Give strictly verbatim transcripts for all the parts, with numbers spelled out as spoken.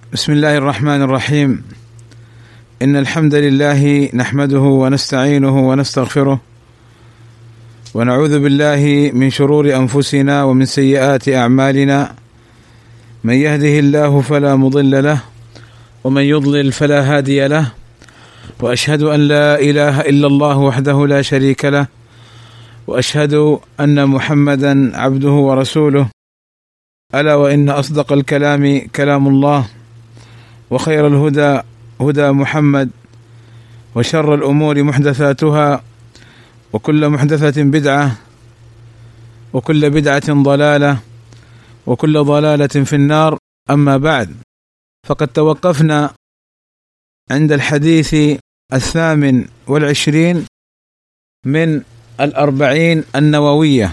بسم الله الرحمن الرحيم. إن الحمد لله نحمده ونستعينه ونستغفره ونعوذ بالله من شرور أنفسنا ومن سيئات أعمالنا، من يهده الله فلا مضل له ومن يضلل فلا هادي له، وأشهد أن لا إله إلا الله وحده لا شريك له، وأشهد أن محمدا عبده ورسوله. ألا وإن أصدق الكلام كلام الله، وخير الهدى هدى محمد، وشر الأمور محدثاتها، وكل محدثة بدعة، وكل بدعة ضلالة، وكل ضلالة في النار. أما بعد، فقد توقفنا عند الحديث الثامن والعشرين من الأربعين النووية،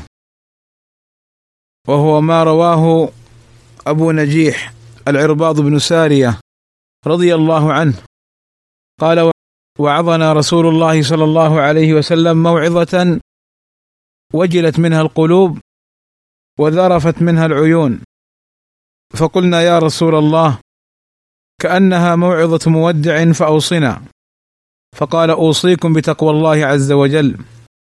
وهو ما رواه أبو نجيح العرباض بن سارية رضي الله عنه قال: وعظنا رسول الله صلى الله عليه وسلم موعظة وجلت منها القلوب وذرفت منها العيون، فقلنا: يا رسول الله، كأنها موعظة مودع فأوصنا. فقال: أوصيكم بتقوى الله عز وجل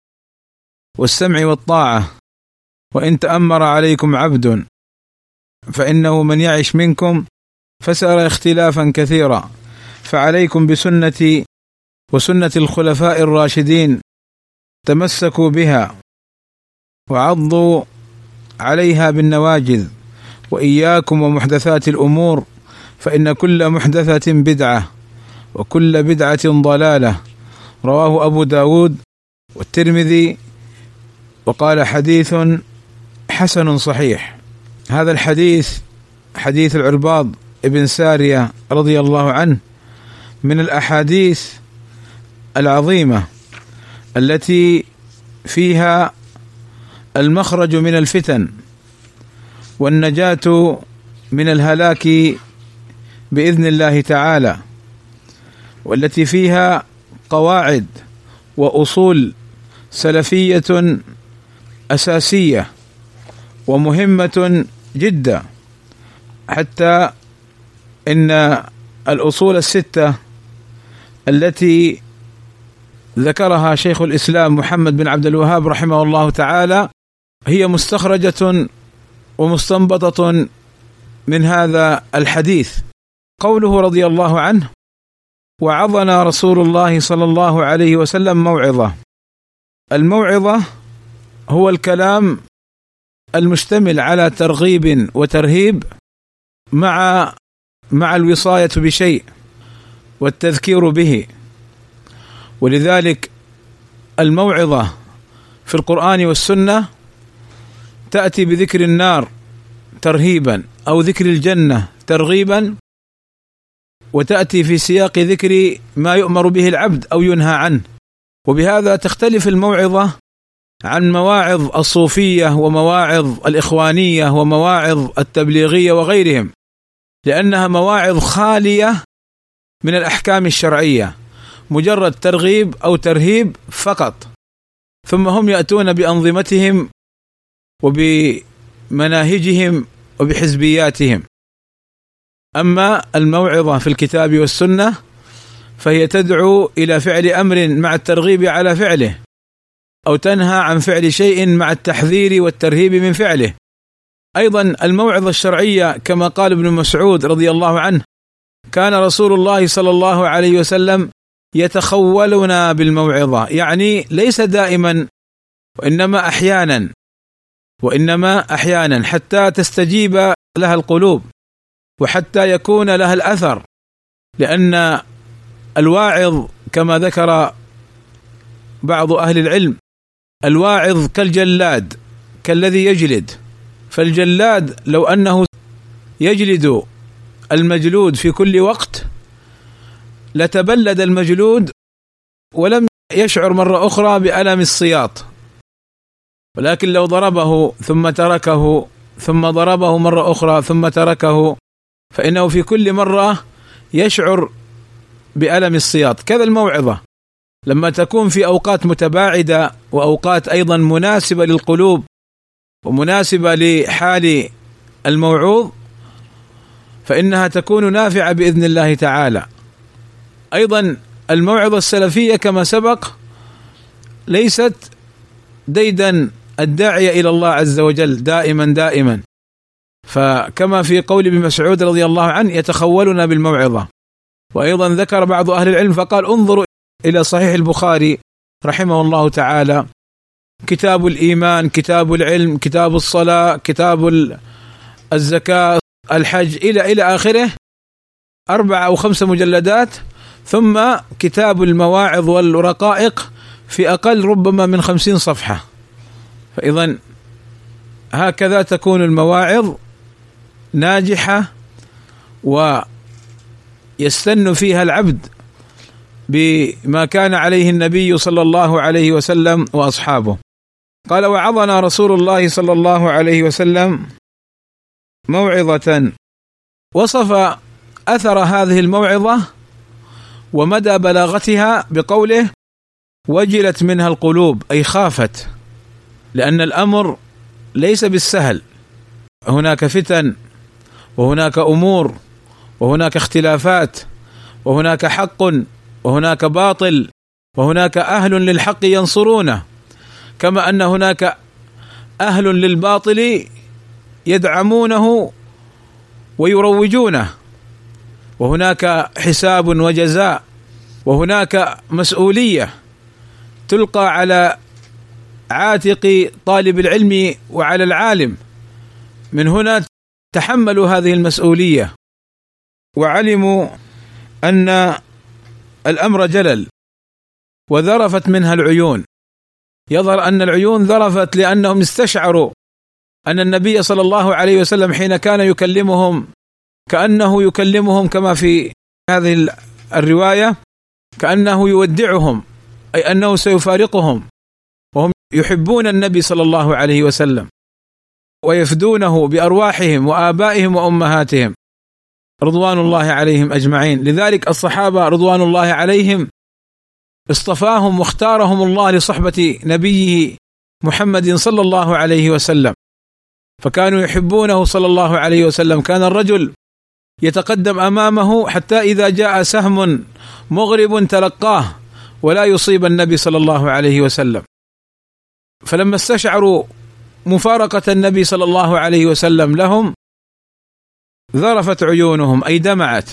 والسمع والطاعة، وإن تأمر عليكم عبد، فإنه من يعش منكم فسيرى اختلافا كثيرا، فعليكم بسنتي وسنة الخلفاء الراشدين، تمسكوا بها وعضوا عليها بالنواجذ، وإياكم ومحدثات الأمور، فإن كل محدثة بدعة وكل بدعة ضلالة. رواه أبو داود والترمذي، وقال: حديث حسن صحيح. هذا الحديث حديث العرباض ابن سارية رضي الله عنه من الأحاديث العظيمة التي فيها المخرج من الفتن والنجاة من الهلاك بإذن الله تعالى، والتي فيها قواعد وأصول سلفية أساسية ومهمة جدا، حتى إن الأصول الستة التي ذكرها شيخ الإسلام محمد بن عبد الوهاب رحمه الله تعالى هي مستخرجة ومستنبطة من هذا الحديث. قوله رضي الله عنه: وعظنا رسول الله صلى الله عليه وسلم موعظة. الموعظة هو الكلام المشتمل على ترغيب وترهيب مع مع الوصاية بشيء والتذكير به، ولذلك الموعظة في القرآن والسنة تأتي بذكر النار ترهيبا أو ذكر الجنة ترغيبا، وتأتي في سياق ذكر ما يؤمر به العبد أو ينهى عنه. وبهذا تختلف الموعظة عن مواعظ الصوفية ومواعظ الإخوانية ومواعظ التبليغية وغيرهم، لأنها مواعظ خالية من الأحكام الشرعية، مجرد ترغيب أو ترهيب فقط، ثم هم يأتون بأنظمتهم وبمناهجهم وبحزبياتهم. أما الموعظة في الكتاب والسنة فهي تدعو إلى فعل أمر مع الترغيب على فعله، أو تنهى عن فعل شيء مع التحذير والترهيب من فعله. أيضا الموعظة الشرعية كما قال ابن مسعود رضي الله عنه: كان رسول الله صلى الله عليه وسلم يتخولنا بالموعظة، يعني ليس دائما وإنما أحيانا وإنما أحيانا حتى تستجيب لها القلوب وحتى يكون لها الأثر، لأن الواعظ كما ذكر بعض أهل العلم الواعظ كالجلاد، كالذي يجلد. فالجلاد لو أنه يجلد المجلود في كل وقت لتبلد المجلود ولم يشعر مرة أخرى بألم السياط، ولكن لو ضربه ثم تركه ثم ضربه مرة أخرى ثم تركه فإنه في كل مرة يشعر بألم السياط. كذا الموعظة لما تكون في أوقات متباعدة وأوقات أيضا مناسبة للقلوب ومناسبة لحال الموعوظ فإنها تكون نافعة بإذن الله تعالى. أيضا الموعظة السلفية كما سبق ليست ديدا الداعية إلى الله عز وجل دائما دائما، فكما في قول ابن مسعود رضي الله عنه يتخولنا بالموعظة. وأيضا ذكر بعض أهل العلم فقال انظروا إلى صحيح البخاري رحمه الله تعالى، كتاب الإيمان، كتاب العلم، كتاب الصلاة، كتاب الزكاة، الحج، إلى إلى آخره، أربعة أو خمسة مجلدات، ثم كتاب المواعظ والرقائق في أقل ربما من خمسين صفحة. فإذا هكذا تكون المواعظ ناجحة ويستن فيها العبد بما كان عليه النبي صلى الله عليه وسلم وأصحابه. قال: وعظنا رسول الله صلى الله عليه وسلم موعظة. وصف أثر هذه الموعظة ومدى بلاغتها بقوله: وجلت منها القلوب، أي خافت، لأن الأمر ليس بالسهل، هناك فتن وهناك أمور وهناك اختلافات وهناك حق وهناك باطل وهناك أهل للحق ينصرونه، كما أن هناك أهل للباطل يدعمونه ويروجونه، وهناك حساب وجزاء، وهناك مسؤولية تلقى على عاتق طالب العلم وعلى العالم. من هنا تحملوا هذه المسؤولية وعلموا أن الأمر جلل وذرفت منها العيون. يظهر أن العيون ذرفت لأنهم استشعروا أن النبي صلى الله عليه وسلم حين كان يكلمهم كأنه يكلمهم كما في هذه الرواية، كأنه يودعهم، أي أنه سيفارقهم، وهم يحبون النبي صلى الله عليه وسلم ويفدونه بأرواحهم وآبائهم وأمهاتهم رضوان الله عليهم أجمعين. لذلك الصحابة رضوان الله عليهم اصطفاهم واختارهم الله لصحبة نبيه محمد صلى الله عليه وسلم، فكانوا يحبونه صلى الله عليه وسلم. كان الرجل يتقدم أمامه حتى إذا جاء سهم مغرب تلقاه ولا يصيب النبي صلى الله عليه وسلم. فلما استشعروا مفارقة النبي صلى الله عليه وسلم لهم ذرفت عيونهم، أي دمعت.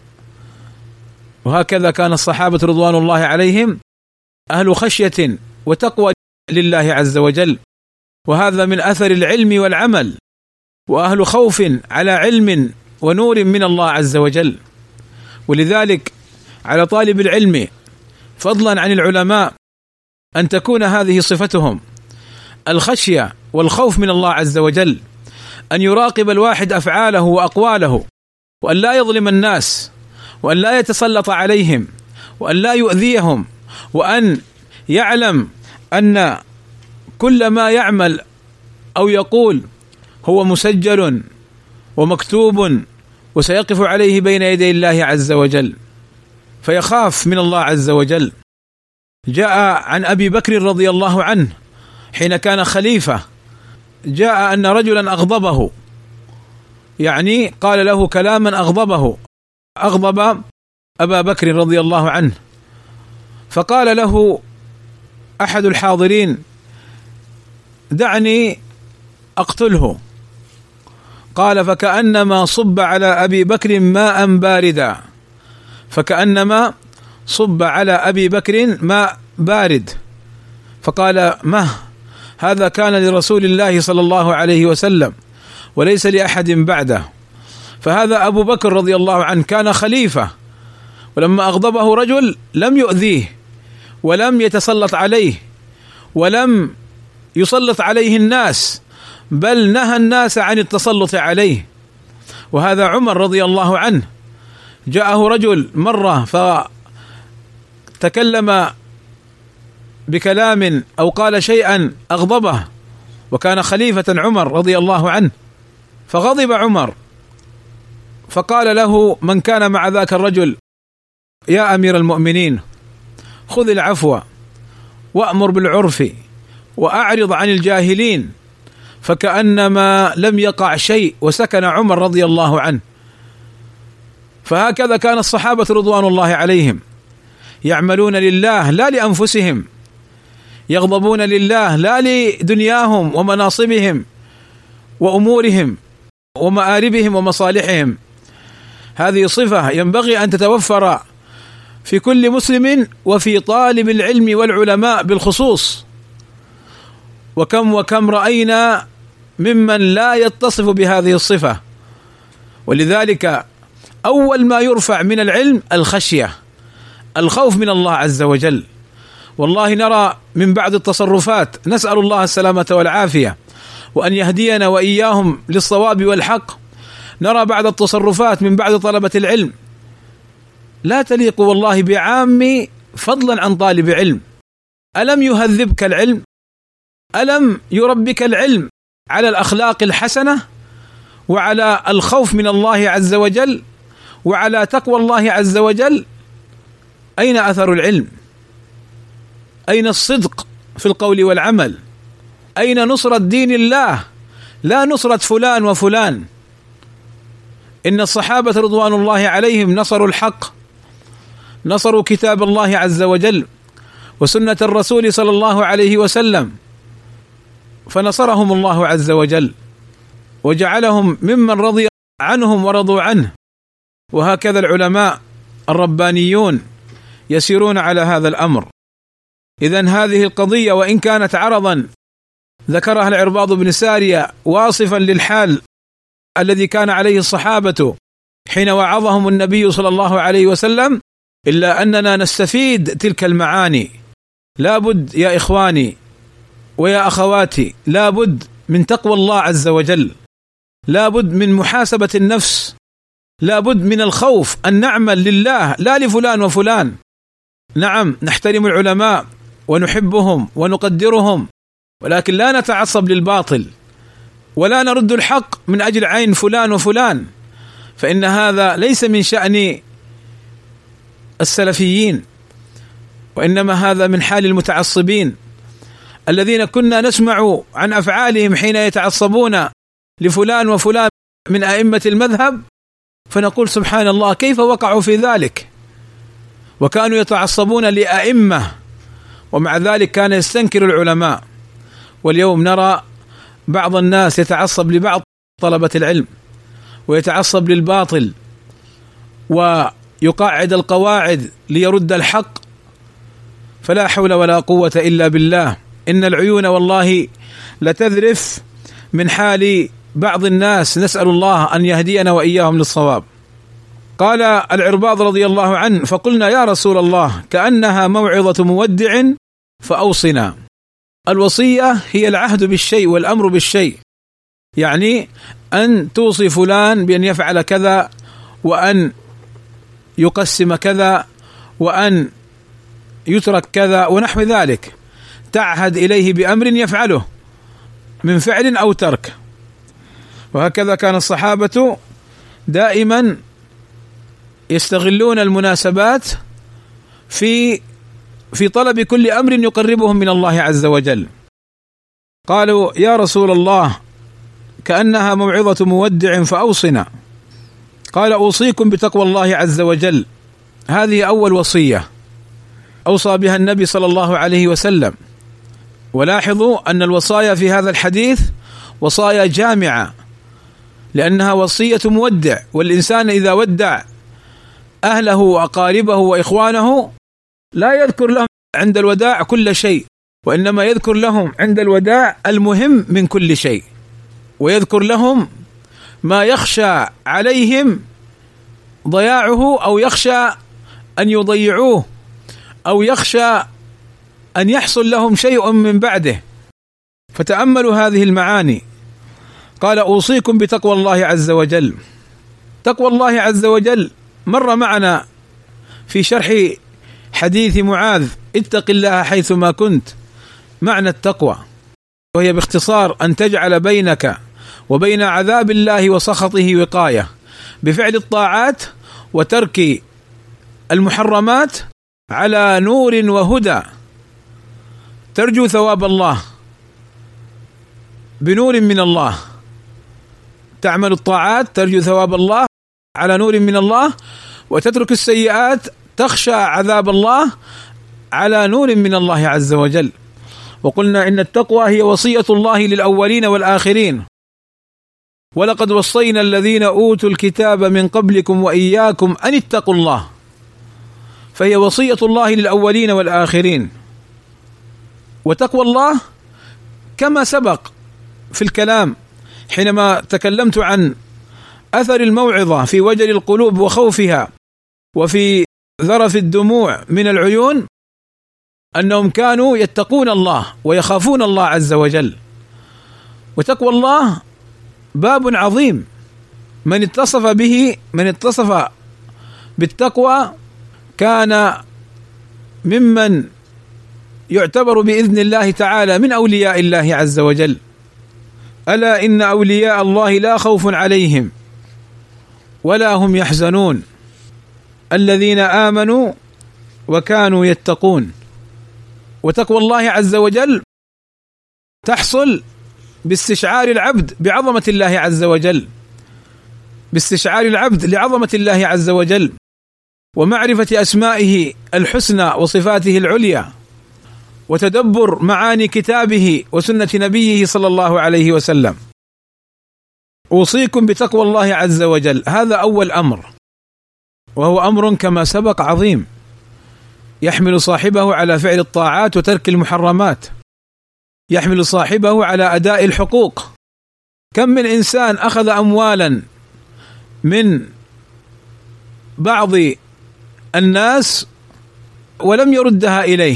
وهكذا كان الصحابة رضوان الله عليهم أهل خشية وتقوى لله عز وجل، وهذا من أثر العلم والعمل، وأهل خوف على علم ونور من الله عز وجل. ولذلك على طالب العلم فضلا عن العلماء أن تكون هذه صفتهم، الخشية والخوف من الله عز وجل، أن يراقب الواحد أفعاله وأقواله، وأن لا يظلم الناس، وأن لا يتسلط عليهم، وأن لا يؤذيهم، وأن يعلم أن كل ما يعمل أو يقول هو مسجل ومكتوب وسيقف عليه بين يدي الله عز وجل، فيخاف من الله عز وجل. جاء عن أبي بكر رضي الله عنه حين كان خليفة، جاء أن رجلا أغضبه، يعني قال له كلاما أغضبه، أغضب أبا بكر رضي الله عنه، فقال له أحد الحاضرين: دعني أقتله. قال: فكأنما صب على أبي بكر ماء باردا، فكأنما صب على أبي بكر ماء بارد. فقال: ما هذا كان لرسول الله صلى الله عليه وسلم وليس لأحد بعده. فهذا أبو بكر رضي الله عنه كان خليفة، ولما أغضبه رجل لم يؤذيه ولم يتسلط عليه ولم يسلط عليه الناس، بل نهى الناس عن التسلط عليه. وهذا عمر رضي الله عنه، جاءه رجل مرة فتكلم بكلام أو قال شيئا أغضبه، وكان خليفة عمر رضي الله عنه، فغضب عمر فقال له من كان مع ذاك الرجل: يا أمير المؤمنين، خذ العفو وأمر بالعرف وأعرض عن الجاهلين. فكأنما لم يقع شيء، وسكن عمر رضي الله عنه. فهكذا كان الصحابة رضوان الله عليهم يعملون لله لا لأنفسهم، يغضبون لله لا لدنياهم ومناصبهم وأمورهم ومآربهم ومصالحهم. هذه صفة ينبغي أن تتوفر في كل مسلم وفي طالب العلم والعلماء بالخصوص. وكم وكم رأينا ممن لا يتصف بهذه الصفة. ولذلك أول ما يرفع من العلم الخشية، الخوف من الله عز وجل. والله نرى من بعض التصرفات، نسأل الله السلامة والعافية وأن يهدينا وإياهم للصواب والحق، نرى بعض التصرفات من بعض طلبة العلم لا تليق والله بعام فضلا عن طالب علم. ألم يهذبك العلم؟ ألم يربك العلم على الأخلاق الحسنة وعلى الخوف من الله عز وجل وعلى تقوى الله عز وجل؟ أين أثر العلم؟ أين الصدق في القول والعمل؟ أين نصرة دين الله لا نصرة فلان وفلان؟ إن الصحابة رضوان الله عليهم نصروا الحق، نصروا كتاب الله عز وجل وسنة الرسول صلى الله عليه وسلم، فنصرهم الله عز وجل وجعلهم ممن رضي عنهم ورضوا عنه. وهكذا العلماء الربانيون يسيرون على هذا الأمر. إذن هذه القضية وإن كانت عرضا ذكرها العرباض بن سارية واصفا للحال الذي كان عليه الصحابة حين وعظهم النبي صلى الله عليه وسلم، إلا أننا نستفيد تلك المعاني. لا بد يا إخواني ويا أخواتي، لا بد من تقوى الله عز وجل، لا بد من محاسبة النفس، لا بد من الخوف أن نعمل لله لا لفلان وفلان. نعم نحترم العلماء ونحبهم ونقدرهم، ولكن لا نتعصب للباطل ولا نرد الحق من أجل عين فلان وفلان، فإن هذا ليس من شأن السلفيين، وإنما هذا من حال المتعصبين الذين كنا نسمع عن أفعالهم حين يتعصبون لفلان وفلان من أئمة المذهب، فنقول سبحان الله كيف وقعوا في ذلك، وكانوا يتعصبون لأئمة ومع ذلك كان يستنكر العلماء. واليوم نرى بعض الناس يتعصب لبعض طلبة العلم ويتعصب للباطل ويقاعد القواعد ليرد الحق، فلا حول ولا قوة إلا بالله. إن العيون والله لتذرف من حال بعض الناس، نسأل الله أن يهدينا وإياهم للصواب. قال العرباض رضي الله عنه: فقلنا يا رسول الله كأنها موعظة مودع فأوصنا. الوصية هي العهد بالشيء والأمر بالشيء، يعني أن توصي فلان بأن يفعل كذا وأن يقسم كذا وأن يترك كذا ونحو ذلك، تعهد إليه بأمر يفعله من فعل أو ترك. وهكذا كان الصحابة دائما يستغلون المناسبات في في طلب كل أمر يقربهم من الله عز وجل. قالوا يا رسول الله كأنها موعظة مودع فأوصنا. قال أوصيكم بتقوى الله عز وجل. هذه أول وصية أوصى بها النبي صلى الله عليه وسلم. ولاحظوا أن الوصايا في هذا الحديث وصايا جامعة، لأنها وصية مودع، والإنسان إذا ودع أهله وأقاربه وإخوانه لا يذكر لهم عند الوداع كل شيء، وإنما يذكر لهم عند الوداع المهم من كل شيء، ويذكر لهم ما يخشى عليهم ضياعه أو يخشى أن يضيعوه أو يخشى أن يحصل لهم شيء من بعده. فتأملوا هذه المعاني. قال أوصيكم بتقوى الله عز وجل. تقوى الله عز وجل مر معنا في شرح حديث معاذ: اتق الله حيثما كنت. معنى التقوى وهي باختصار أن تجعل بينك وبين عذاب الله وسخطه وقاية بفعل الطاعات وترك المحرمات على نور وهدى، ترجو ثواب الله بنور من الله، تعمل الطاعات ترجو ثواب الله على نور من الله، وتترك السيئات تخشى عذاب الله على نور من الله عز وجل. وقلنا إن التقوى هي وصية الله للأولين والآخرين، ولقد وصينا الذين أوتوا الكتاب من قبلكم وإياكم أن اتقوا الله، فهي وصية الله للأولين والآخرين. وتقوى الله كما سبق في الكلام حينما تكلمت عن أثر الموعظة في وجل القلوب وخوفها وفي ذرف الدموع من العيون، أنهم كانوا يتقون الله ويخافون الله عز وجل. وتقوى الله باب عظيم، من اتصف به من اتصف بالتقوى كان ممن يعتبر بإذن الله تعالى من أولياء الله عز وجل. ألا إن أولياء الله لا خوف عليهم ولا هم يحزنون الذين آمنوا وكانوا يتقون. وتقوى الله عز وجل تحصل باستشعار العبد بعظمة الله عز وجل، باستشعار العبد لعظمة الله عز وجل، ومعرفة أسمائه الحسنى وصفاته العليا، وتدبر معاني كتابه وسنة نبيه صلى الله عليه وسلم. أوصيكم بتقوى الله عز وجل، هذا أول أمر، وهو أمر كما سبق عظيم يحمل صاحبه على فعل الطاعات وترك المحرمات، يحمل صاحبه على أداء الحقوق. كم من إنسان أخذ أموالا من بعض الناس ولم يردها إليه،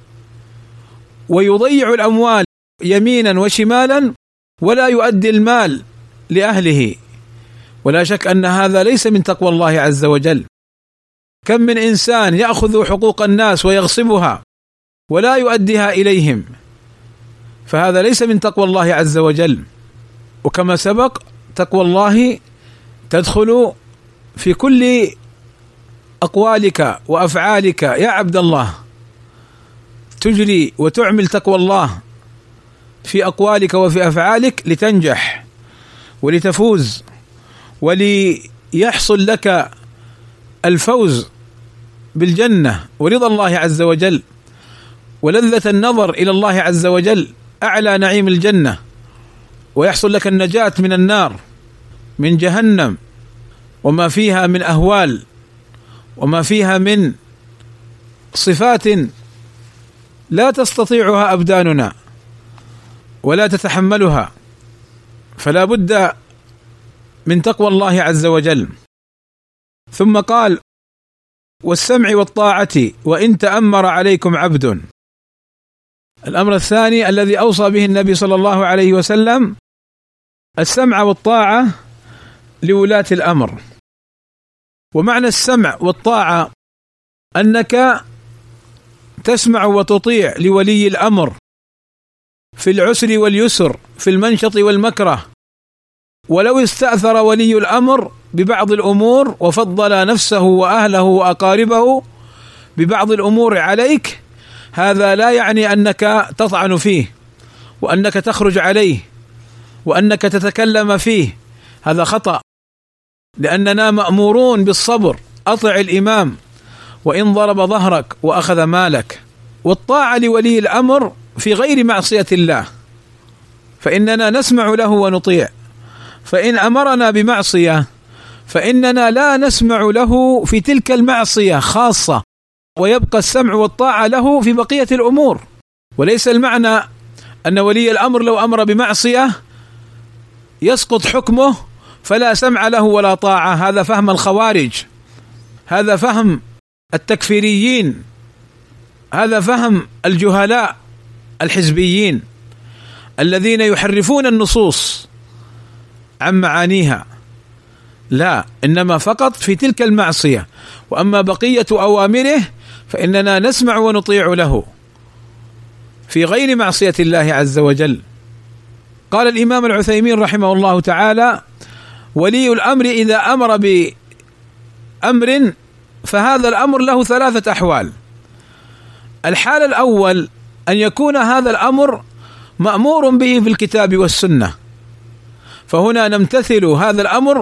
ويضيع الأموال يمينا وشمالا ولا يؤدي المال لأهله، ولا شك أن هذا ليس من تقوى الله عز وجل. كم من إنسان يأخذ حقوق الناس ويغصبها ولا يؤديها إليهم، فهذا ليس من تقوى الله عز وجل. وكما سبق تقوى الله تدخل في كل أقوالك وأفعالك يا عبد الله، تجري وتعمل تقوى الله في أقوالك وفي أفعالك لتنجح ولتفوز وليحصل لك الفوز بالجنة ورضا الله عز وجل ولذة النظر إلى الله عز وجل أعلى نعيم الجنة، ويحصل لك النجاة من النار من جهنم وما فيها من أهوال وما فيها من صفات لا تستطيعها أبداننا ولا تتحملها. فلا بد من تقوى الله عز وجل. ثم قال: والسمع والطاعة وإن تأمر عليكم عبد. الأمر الثاني الذي أوصى به النبي صلى الله عليه وسلم السمع والطاعة لولاة الأمر. ومعنى السمع والطاعة أنك تسمع وتطيع لولي الأمر في العسر واليسر، في المنشط والمكره. ولو استأثر ولي الأمر ببعض الأمور وفضل نفسه وأهله وأقاربه ببعض الأمور عليك، هذا لا يعني أنك تطعن فيه وأنك تخرج عليه وأنك تتكلم فيه، هذا خطأ، لأننا مأمورون بالصبر. أطع الإمام وإن ضرب ظهرك وأخذ مالك. والطاعة لولي الأمر في غير معصية الله، فإننا نسمع له ونطيع. فإن أمرنا بمعصية فإننا لا نسمع له في تلك المعصية خاصة، ويبقى السمع والطاعة له في بقية الأمور. وليس المعنى أن ولي الأمر لو أمر بمعصية يسقط حكمه فلا سمع له ولا طاعة، هذا فهم الخوارج، هذا فهم التكفيريين، هذا فهم الجهلاء الحزبيين الذين يحرفون النصوص عن معانيها. لا، إنما فقط في تلك المعصية، وأما بقية أوامره فإننا نسمع ونطيع له في غير معصية الله عز وجل. قال الإمام العثيمين رحمه الله تعالى: ولي الأمر إذا أمر بأمر فهذا الأمر له ثلاثة أحوال. الحال الأول أن يكون هذا الأمر مأمور به في الكتاب والسنة، فهنا نمتثل هذا الأمر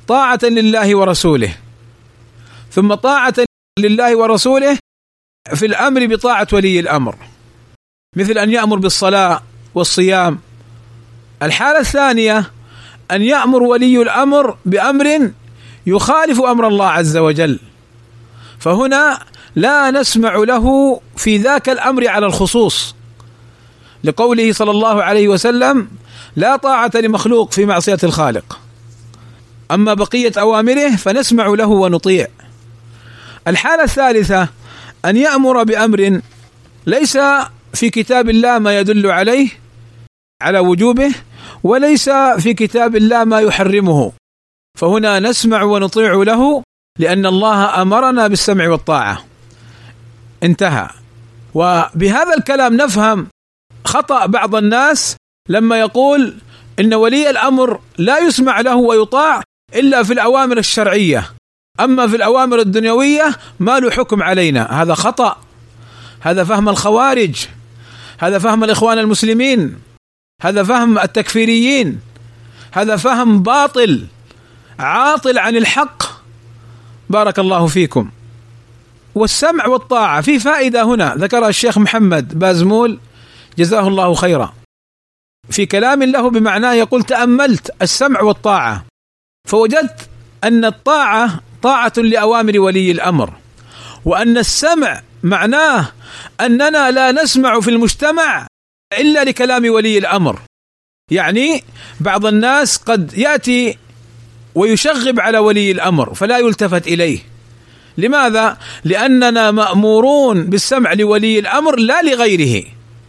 طاعة لله ورسوله، ثم طاعة لله ورسوله في الأمر بطاعة ولي الأمر، مثل أن يأمر بالصلاة والصيام. الحالة الثانية أن يأمر ولي الأمر بأمر يخالف أمر الله عز وجل، فهنا لا نسمع له في ذاك الأمر على الخصوص، لقوله صلى الله عليه وسلم: لا طاعة لمخلوق في معصية الخالق. أما بقية أوامره فنسمع له ونطيع. الحالة الثالثة أن يأمر بأمر ليس في كتاب الله ما يدل عليه على وجوبه، وليس في كتاب الله ما يحرمه، فهنا نسمع ونطيع له لأن الله أمرنا بالسمع والطاعة. انتهى. وبهذا الكلام نفهم خطأ بعض الناس لما يقول إن ولي الأمر لا يسمع له ويطاع إلا في الأوامر الشرعية، أما في الأوامر الدنيوية ما له حكم علينا. هذا خطأ، هذا فهم الخوارج، هذا فهم الإخوان المسلمين، هذا فهم التكفيريين، هذا فهم باطل عاطل عن الحق. بارك الله فيكم. والسمع والطاعة في فائدة هنا ذكرها الشيخ محمد بازمول جزاه الله خيرا في كلام له بمعناه، يقول: تأملت السمع والطاعة فوجدت أن الطاعة طاعة لأوامر ولي الأمر، وأن السمع معناه أننا لا نسمع في المجتمع إلا لكلام ولي الأمر. يعني بعض الناس قد يأتي ويشغب على ولي الأمر فلا يلتفت إليه. لماذا؟ لأننا مأمورون بالسمع لولي الأمر لا لغيره.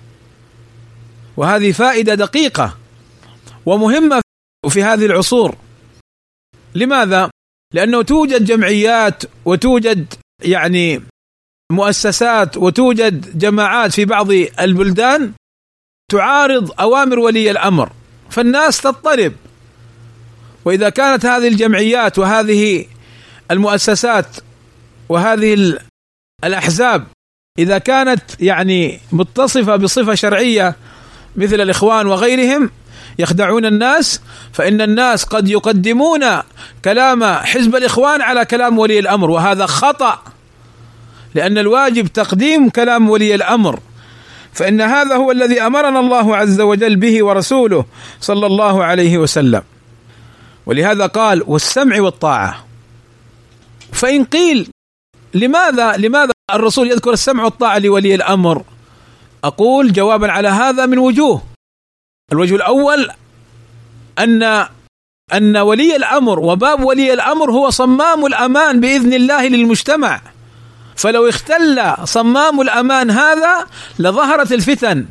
وهذه فائدة دقيقة ومهمة في هذه العصور. لماذا؟ لأنه توجد جمعيات وتوجد يعني مؤسسات وتوجد جماعات في بعض البلدان تعارض أوامر ولي الأمر، فالناس تضطرب. وإذا كانت هذه الجمعيات وهذه المؤسسات وهذه الأحزاب إذا كانت يعني متصفة بصفة شرعية مثل الإخوان وغيرهم يخدعون الناس، فإن الناس قد يقدمون كلام حزب الإخوان على كلام ولي الأمر، وهذا خطأ، لأن الواجب تقديم كلام ولي الأمر، فإن هذا هو الذي أمرنا الله عز وجل به ورسوله صلى الله عليه وسلم. ولهذا قال: والسمع والطاعة. فإن قيل لماذا لماذا الرسول يذكر السمع والطاعة لولي الأمر؟ أقول جوابا على هذا من وجوه. الوجه الأول أن أن ولي الأمر وباب ولي الأمر هو صمام الأمان بإذن الله للمجتمع، فلو اختل صمام الأمان هذا لظهرت الفتن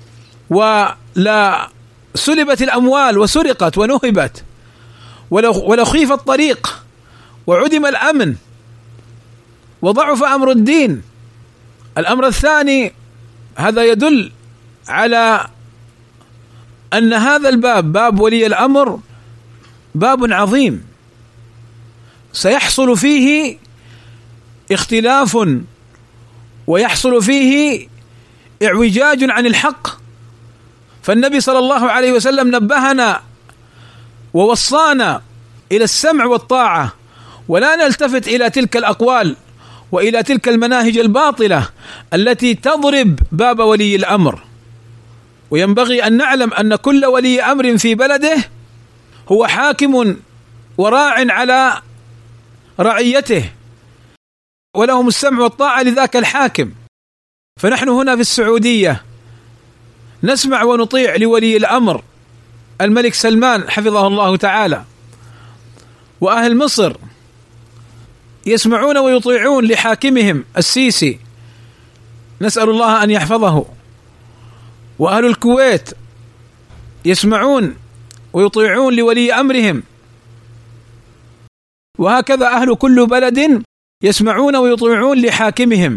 ولا سلبت الأموال وسرقت ونهبت، ولو ولو خيف الطريق وعدم الأمن وضعف أمر الدين. الأمر الثاني، هذا يدل على أن هذا الباب باب ولي الأمر باب عظيم سيحصل فيه اختلاف ويحصل فيه اعوجاج عن الحق، فالنبي صلى الله عليه وسلم نبهنا ووصانا إلى السمع والطاعة، ولا نلتفت إلى تلك الأقوال وإلى تلك المناهج الباطلة التي تضرب باب ولي الأمر. وينبغي أن نعلم أن كل ولي أمر في بلده هو حاكم وراع على رعيته، ولهم السمع والطاعة لذاك الحاكم. فنحن هنا في السعودية نسمع ونطيع لولي الأمر الملك سلمان حفظه الله تعالى، وأهل مصر يسمعون ويطيعون لحاكمهم السيسي، نسأل الله أن يحفظه، وأهل الكويت يسمعون ويطيعون لولي أمرهم، وهكذا أهل كل بلد يسمعون ويطيعون لحاكمهم.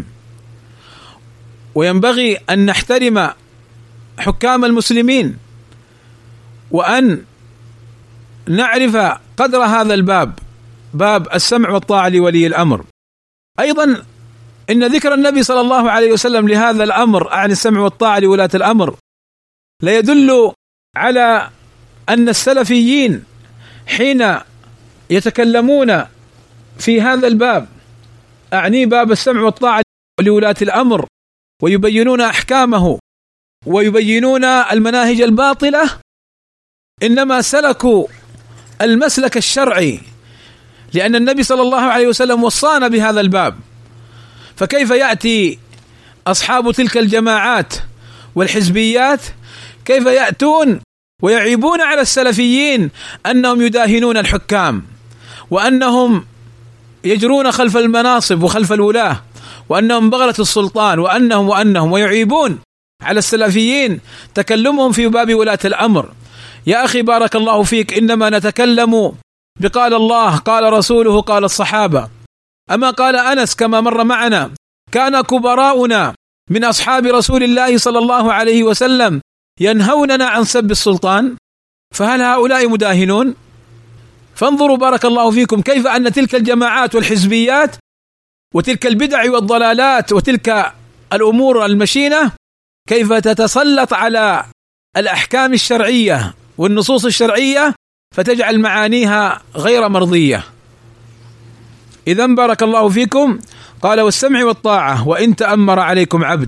وينبغي أن نحترم حكام المسلمين وأن نعرف قدر هذا الباب، باب السمع والطاعة لولي الأمر. أيضا إن ذكر النبي صلى الله عليه وسلم لهذا الأمر عن السمع والطاعة لولاة الأمر لا يدل على أن السلفيين حين يتكلمون في هذا الباب، أعني باب السمع والطاعة لولاة الأمر، ويبينون أحكامه ويبينون المناهج الباطلة، إنما سلكوا المسلك الشرعي، لأن النبي صلى الله عليه وسلم وصانا بهذا الباب. فكيف يأتي أصحاب تلك الجماعات والحزبيات، كيف يأتون ويعيبون على السلفيين أنهم يداهنون الحكام، وأنهم يجرون خلف المناصب وخلف الولاة، وأنهم بغلة السلطان، وأنهم وأنهم ويعيبون على السلفيين تكلمهم في باب ولاة الأمر. يا أخي بارك الله فيك، إنما نتكلم بقال الله قال رسوله قال الصحابة. أما قال أنس كما مر معنا: كان كبراؤنا من أصحاب رسول الله صلى الله عليه وسلم ينهوننا عن سب السلطان، فهل هؤلاء مداهنون؟ فانظروا بارك الله فيكم كيف أن تلك الجماعات والحزبيات وتلك البدع والضلالات وتلك الأمور المشينة كيف تتسلط على الأحكام الشرعية والنصوص الشرعية فتجعل معانيها غير مرضية. إذن بارك الله فيكم قال: والسمع والطاعة وإن تأمر عليكم عبد.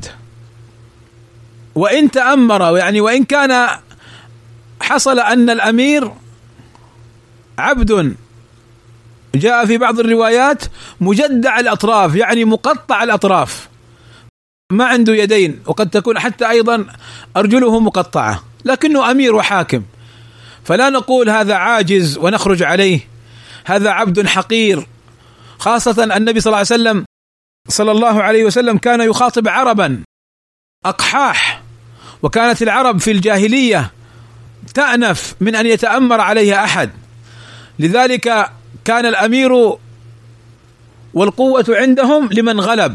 وإن تأمر يعني وإن كان حصل أن الأمير عبد، جاء في بعض الروايات مجدع الأطراف، يعني مقطع الأطراف، ما عنده يدين، وقد تكون حتى أيضا أرجله مقطعة، لكنه أمير وحاكم، فلا نقول هذا عاجز ونخرج عليه، هذا عبد حقير. خاصة النبي صلى الله عليه وسلم صلى الله عليه وسلم كان يخاطب عربا أقحاح، وكانت العرب في الجاهلية تأنف من أن يتأمر عليها أحد، لذلك كان الأمير والقوة عندهم لمن غلب،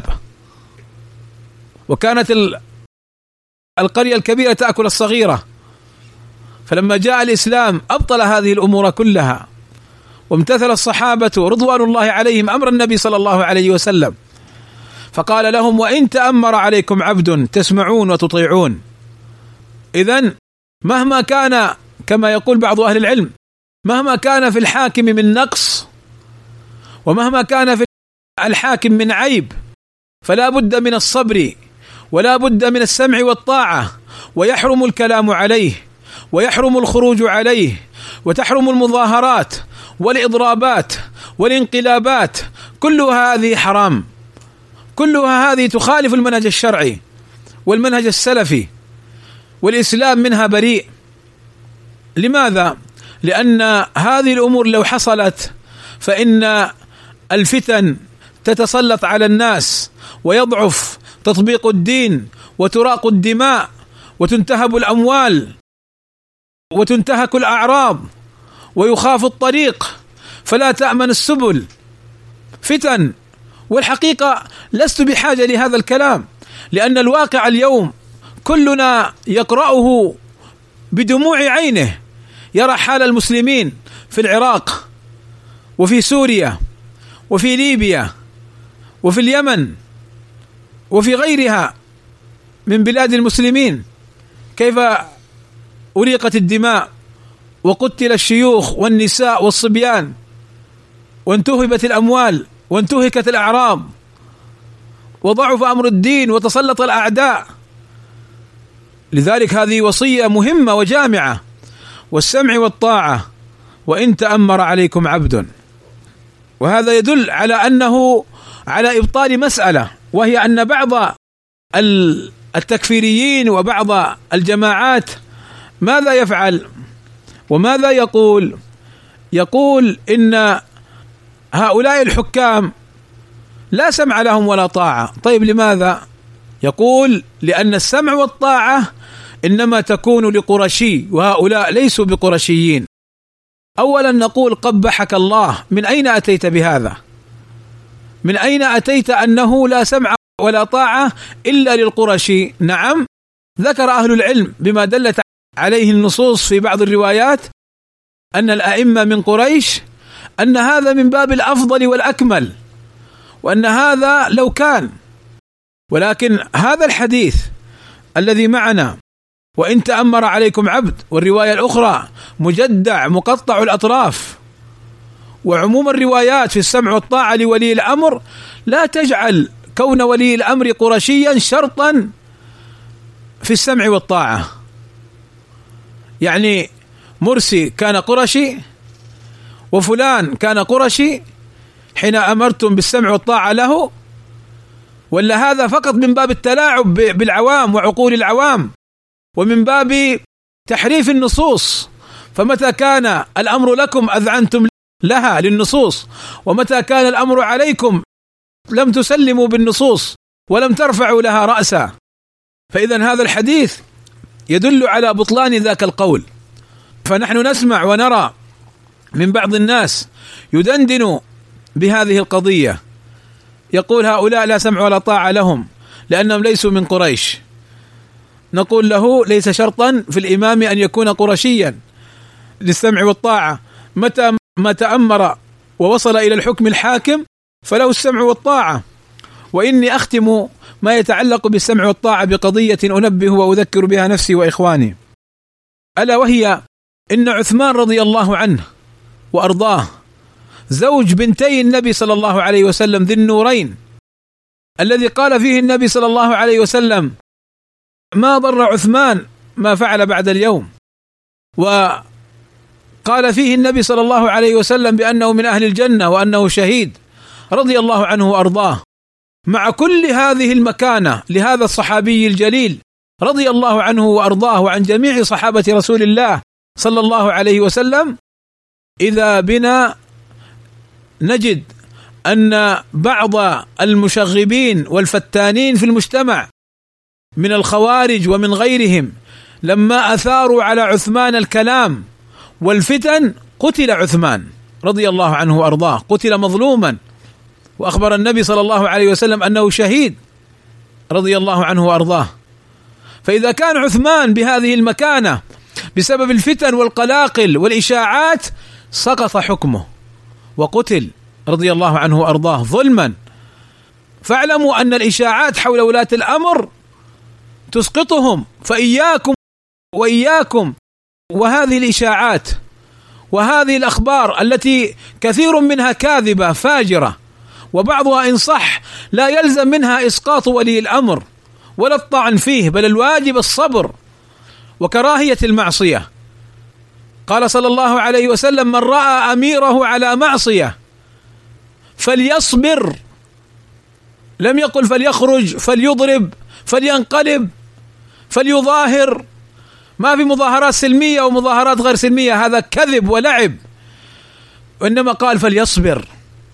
وكانت القرية الكبيرة تأكل الصغيرة. فلما جاء الإسلام أبطل هذه الأمور كلها، وامتثل الصحابة رضوان الله عليهم أمر النبي صلى الله عليه وسلم، فقال لهم: وإن تأمر عليكم عبد تسمعون وتطيعون. إذن مهما كان، كما يقول بعض أهل العلم، مهما كان في الحاكم من نقص، ومهما كان في الحاكم من عيب، فلا بد من الصبر، ولا بد من السمع والطاعة، ويحرم الكلام عليه، ويحرم الخروج عليه، وتحرم المظاهرات والإضرابات والانقلابات، كلها هذه حرام، كلها هذه تخالف المنهج الشرعي والمنهج السلفي، والإسلام منها بريء. لماذا؟ لأن هذه الأمور لو حصلت فإن الفتن تتسلط على الناس، ويضعف تطبيق الدين، وتراق الدماء، وتنتهب الأموال، وتنتهك الأعراض، ويخاف الطريق، فلا تأمن السبل، فتن. والحقيقة لست بحاجة لهذا الكلام، لأن الواقع اليوم كلنا يقرأه بدموع عينه، يرى حال المسلمين في العراق، وفي سوريا، وفي ليبيا، وفي اليمن، وفي غيرها من بلاد المسلمين، كيف أريقت الدماء، وقتل الشيوخ والنساء والصبيان، وانتهبت الأموال، وانتهكت الأعراض، وضعف أمر الدين، وتسلط الأعداء. لذلك هذه وصية مهمة وجامعة: والسمع والطاعة وإن تأمر عليكم عبد. وهذا يدل على أنه على إبطال مسألة، وهي أن بعض التكفيريين وبعض الجماعات ماذا يفعل وماذا يقول؟ يقول إن هؤلاء الحكام لا سمع لهم ولا طاعة. طيب لماذا؟ يقول: لأن السمع والطاعة إنما تكون لقرشي، وهؤلاء ليسوا بقرشيين. أولا نقول: قبحك الله، من أين أتيت بهذا؟ من أين أتيت أنه لا سمع ولا طاعة إلا للقرشي؟ نعم، ذكر أهل العلم بما دلت عليه النصوص في بعض الروايات أن الأئمة من قريش، أن هذا من باب الأفضل والأكمل، وأن هذا لو كان. ولكن هذا الحديث الذي معنا: وإن تأمر عليكم عبد، والرواية الأخرى مجدع مقطع الأطراف، وعموم الروايات في السمع والطاعة لولي الأمر لا تجعل كون ولي الأمر قرشيا شرطا في السمع والطاعة. يعني مرسي كان قرشي وفلان كان قرشي حين أمرتم بالسمع والطاعة له، ولا هذا فقط من باب التلاعب بالعوام وعقول العوام ومن باب تحريف النصوص؟ فمتى كان الأمر لكم أذعنتم لها للنصوص، ومتى كان الأمر عليكم لم تسلموا بالنصوص ولم ترفعوا لها رأسا. فإذا هذا الحديث يدل على بطلان ذاك القول. فنحن نسمع ونرى من بعض الناس يدندن بهذه القضية، يقول هؤلاء لا سمع ولا طاعة لهم لأنهم ليسوا من قريش. نقول له ليس شرطا في الإمام أن يكون قرشيا للسمع والطاعة، متى ما تأمر ووصل إلى الحكم الحاكم فله السمع والطاعة. وإني أختم ما يتعلق بالسمع والطاعة بقضية أنبه وأذكر بها نفسي وإخواني، ألا وهي إن عثمان رضي الله عنه وأرضاه زوج بنتي النبي صلى الله عليه وسلم ذي النورين، الذي قال فيه النبي صلى الله عليه وسلم ما ضر عثمان ما فعل بعد اليوم، وقال فيه النبي صلى الله عليه وسلم بأنه من أهل الجنة وأنه شهيد، رضي الله عنه وأرضاه. مع كل هذه المكانة لهذا الصحابي الجليل رضي الله عنه وأرضاه وعن جميع صحابة رسول الله صلى الله عليه وسلم، إذا بنا نجد أن بعض المشغبين والفتانين في المجتمع من الخوارج ومن غيرهم لما أثاروا على عثمان الكلام والفتن قتل عثمان رضي الله عنه وأرضاه، قتل مظلوما، وأخبر النبي صلى الله عليه وسلم أنه شهيد رضي الله عنه وأرضاه. فإذا كان عثمان بهذه المكانة بسبب الفتن والقلاقل والإشاعات سقط حكمه وقتل رضي الله عنه وأرضاه ظلما. فاعلموا أن الإشاعات حول ولاة الأمر تسقطهم، فإياكم وإياكم وهذه الإشاعات وهذه الأخبار التي كثير منها كاذبة فاجرة، وبعضها إن صح لا يلزم منها إسقاط ولي الأمر ولا الطعن فيه، بل الواجب الصبر وكراهية المعصية. قال صلى الله عليه وسلم من رأى أميره على معصية فليصبر، لم يقل فليخرج فليضرب فلينقلب فليظاهر، ما في مظاهرات سلمية ومظاهرات غير سلمية، هذا كذب ولعب، وإنما قال فليصبر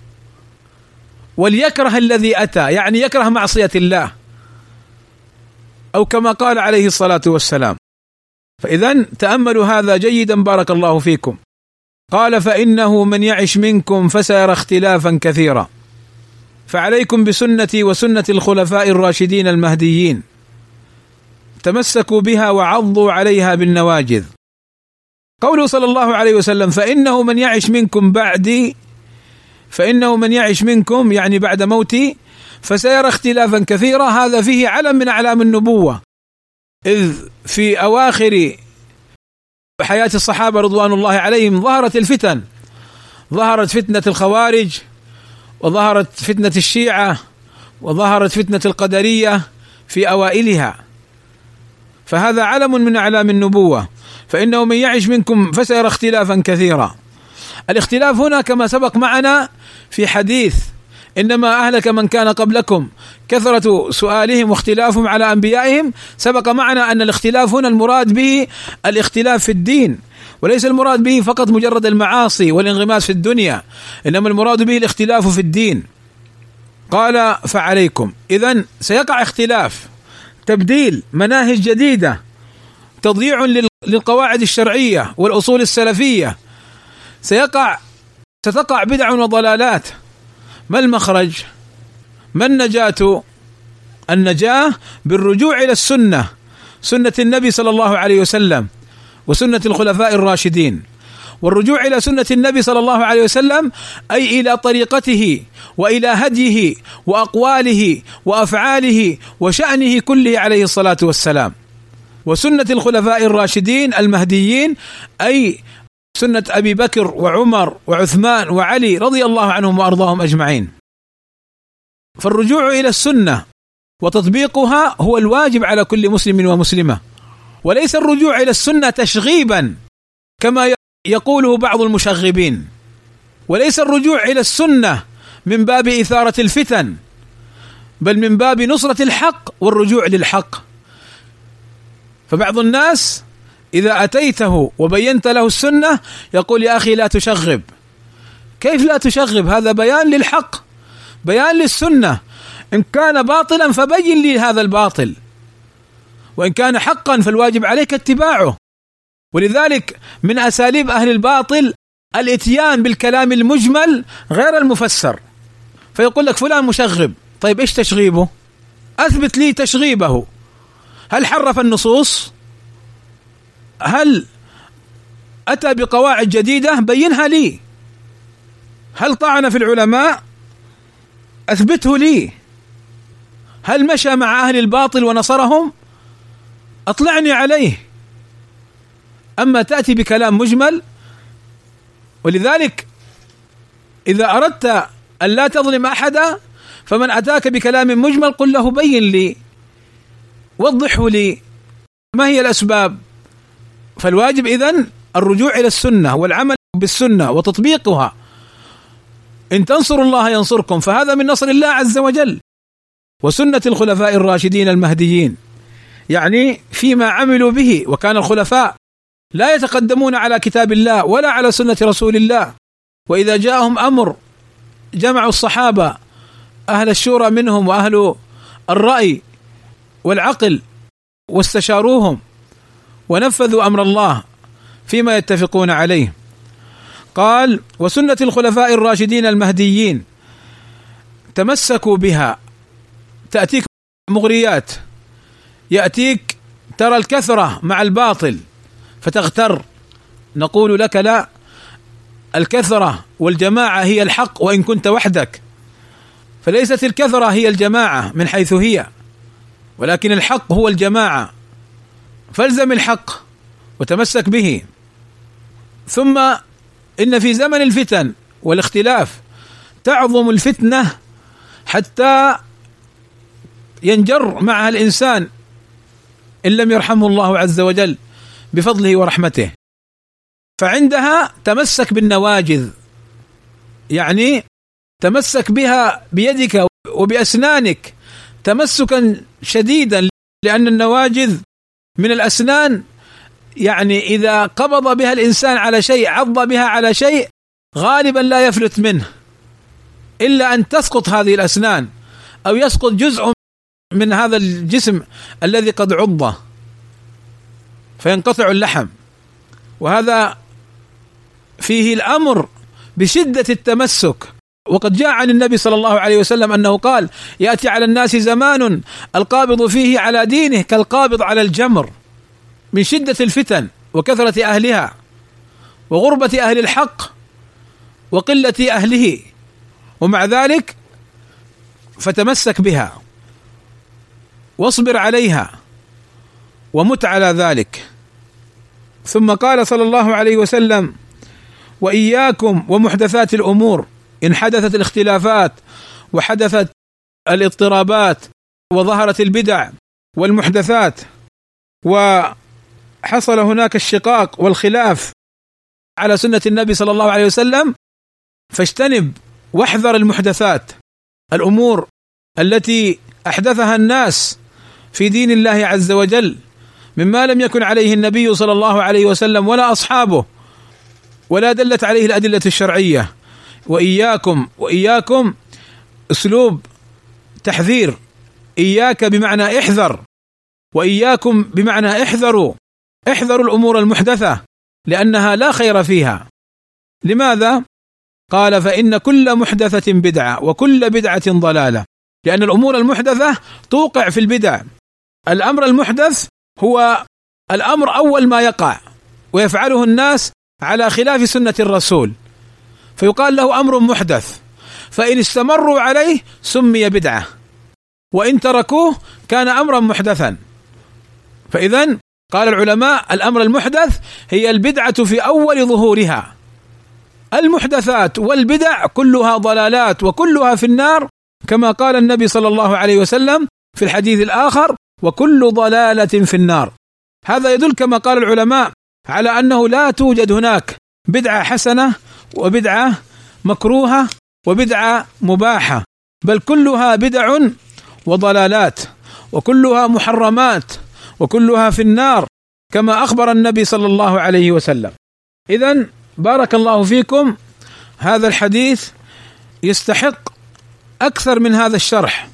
وليكره الذي أتى، يعني يكره معصية الله، أو كما قال عليه الصلاة والسلام. فإذن تأملوا هذا جيدا بارك الله فيكم. قال فإنه من يعش منكم فسيرى اختلافا كثيرا، فعليكم بسنتي وسنة الخلفاء الراشدين المهديين، تمسكوا بها وعضوا عليها بالنواجذ. قوله صلى الله عليه وسلم فإنه من يعش منكم بعدي، فإنه من يعش منكم يعني بعد موتي فسيرى اختلافا كثيرا، هذا فيه علم من أعلام النبوة، إذ في أواخر حياة الصحابة رضوان الله عليهم ظهرت الفتن، ظهرت فتنة الخوارج، وظهرت فتنة الشيعة، وظهرت فتنة القدرية في أوائلها، فهذا علم من أعلام النبوة. فإنه من يعش منكم فسيرى اختلافا كثيرا. الاختلاف هنا كما سبق معنا في حديث إنما أهلك من كان قبلكم كثرة سؤالهم واختلافهم على أنبيائهم، سبق معنا أن الاختلاف هنا المراد به الاختلاف في الدين، وليس المراد به فقط مجرد المعاصي والانغماس في الدنيا، إنما المراد به الاختلاف في الدين. قال فعليكم، إذن سيقع اختلاف، تبديل مناهج جديدة، تضييع للقواعد الشرعية والأصول السلفية، سيقع ستقع بدع وضلالات. ما المخرج؟ ما النجاة؟ النجاة بالرجوع إلى السنة، سنة النبي صلى الله عليه وسلم وسنة الخلفاء الراشدين. والرجوع إلى سنة النبي صلى الله عليه وسلم أي إلى طريقته وإلى هديه وأقواله وأفعاله وشأنه كله عليه الصلاة والسلام. وسنة الخلفاء الراشدين المهديين أي سنة أبي بكر وعمر وعثمان وعلي رضي الله عنهم وأرضاهم أجمعين. فالرجوع إلى السنة وتطبيقها هو الواجب على كل مسلم ومسلمة، وليس الرجوع إلى السنة تشغيبا كما يقوله بعض المشغبين، وليس الرجوع إلى السنة من باب إثارة الفتن، بل من باب نصرة الحق والرجوع للحق. فبعض الناس إذا أتيته وبينت له السنة يقول يا أخي لا تشغب. كيف لا تشغب؟ هذا بيان للحق، بيان للسنة. إن كان باطلا فبين لي هذا الباطل، وإن كان حقا فالواجب عليك اتباعه. ولذلك من أساليب أهل الباطل الاتيان بالكلام المجمل غير المفسر، فيقول لك فلان مشغب. طيب إيش تشغيبه؟ أثبت لي تشغيبه. هل حرف النصوص؟ هل أتى بقواعد جديدة؟ بينها لي. هل طعن في العلماء؟ أثبته لي. هل مشى مع أهل الباطل ونصرهم؟ أطلعني عليه. أما تأتي بكلام مجمل. ولذلك إذا أردت أن لا تظلم أحدا فمن أتاك بكلام مجمل قل له بين لي، وضحه لي، ما هي الأسباب. فالواجب إذن الرجوع إلى السنة والعمل بالسنة وتطبيقها. إن تنصروا الله ينصركم، فهذا من نصر الله عز وجل. وسنة الخلفاء الراشدين المهديين، يعني فيما عملوا به. وكان الخلفاء لا يتقدمون على كتاب الله ولا على سنة رسول الله، وإذا جاءهم أمر جمعوا الصحابة أهل الشورى منهم وأهل الرأي والعقل واستشاروهم ونفذوا أمر الله فيما يتفقون عليه. قال وسنة الخلفاء الراشدين المهديين تمسكوا بها. تأتيك مغريات، يأتيك ترى الكثرة مع الباطل فتغتر. نقول لك لا، الكثرة والجماعة هي الحق وإن كنت وحدك، فليست الكثرة هي الجماعة من حيث هي، ولكن الحق هو الجماعة. فالزم الحق وتمسك به. ثم إن في زمن الفتن والاختلاف تعظم الفتنة حتى ينجر معها الإنسان إن لم يرحمه الله عز وجل بفضله ورحمته. فعندها تمسك بالنواجذ، يعني تمسك بها بيدك وبأسنانك تمسكا شديدا، لأن النواجذ من الأسنان، يعني إذا قبض بها الإنسان على شيء، عض بها على شيء، غالبا لا يفلت منه إلا أن تسقط هذه الأسنان أو يسقط جزء من هذا الجسم الذي قد عضه فينقطع اللحم. وهذا فيه الأمر بشدة التمسك. وقد جاء عن النبي صلى الله عليه وسلم أنه قال يأتي على الناس زمان القابض فيه على دينه كالقابض على الجمر، من شدة الفتن وكثرة أهلها وغربة أهل الحق وقلة أهله، ومع ذلك فتمسك بها واصبر عليها ومت على ذلك. ثم قال صلى الله عليه وسلم وإياكم ومحدثات الأمور، إن حدثت الاختلافات وحدثت الاضطرابات وظهرت البدع والمحدثات وحصل هناك الشقاق والخلاف على سنة النبي صلى الله عليه وسلم، فاجتنب واحذر المحدثات، الأمور التي أحدثها الناس في دين الله عز وجل مما لم يكن عليه النبي صلى الله عليه وسلم ولا أصحابه ولا دلت عليه الأدلة الشرعية. وإياكم وإياكم أسلوب تحذير، إياك بمعنى احذر، وإياكم بمعنى احذروا، احذروا الأمور المحدثة لأنها لا خير فيها. لماذا؟ قال فإن كل محدثة بدعة وكل بدعة ضلالة، لأن الأمور المحدثة توقع في البدع. الأمر المحدث هو الأمر أول ما يقع ويفعله الناس على خلاف سنة الرسول، فيقال له أمر محدث، فإن استمروا عليه سمي بدعة، وإن تركوه كان أمرا محدثا. فإذن قال العلماء: الأمر المحدث هي البدعة في أول ظهورها. المحدثات والبدع كلها ضلالات وكلها في النار، كما قال النبي صلى الله عليه وسلم في الحديث الآخر: وكل ضلالة في النار. هذا يدل كما قال العلماء على أنه لا توجد هناك بدعة حسنة وبدعة مكروهة وبدعة مباحة، بل كلها بدع وضلالات وكلها محرمات وكلها في النار، كما أخبر النبي صلى الله عليه وسلم. إذن بارك الله فيكم، هذا الحديث يستحق أكثر من هذا الشرح،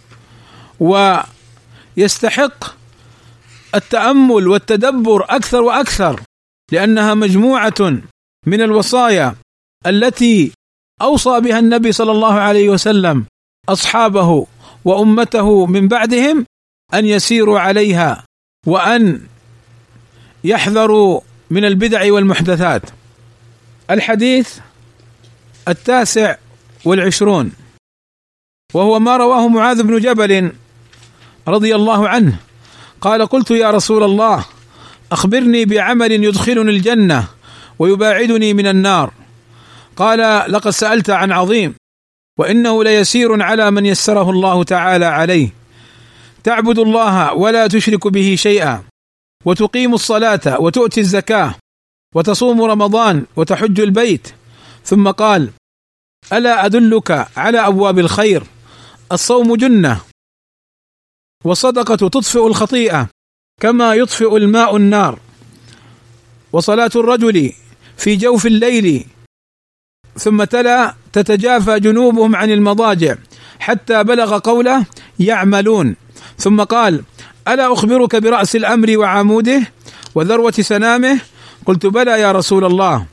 ويستحق التأمل والتدبر أكثر وأكثر، لأنها مجموعة من الوصايا التي أوصى بها النبي صلى الله عليه وسلم أصحابه وأمته من بعدهم أن يسيروا عليها وأن يحذروا من البدع والمحدثات. الحديث التاسع والعشرون، وهو ما رواه معاذ بن جبل رضي الله عنه قال: قلت يا رسول الله أخبرني بعمل يدخلني الجنة ويباعدني من النار. قال: لقد سألت عن عظيم، وإنه ليسير على من يسره الله تعالى عليه. تعبد الله ولا تشرك به شيئا، وتقيم الصلاة وتؤتي الزكاة وتصوم رمضان وتحج البيت. ثم قال: ألا أدلك على أبواب الخير؟ الصوم جنة، والصدقة تطفئ الخطيئة كما يطفئ الماء النار، وصلاة الرجل في جوف الليل. ثم تلا: تتجافى جنوبهم عن المضاجع، حتى بلغ قوله: يعملون. ثم قال: ألا أخبرك برأس الأمر وعموده وذروة سنامه؟ قلت: بلى يا رسول الله.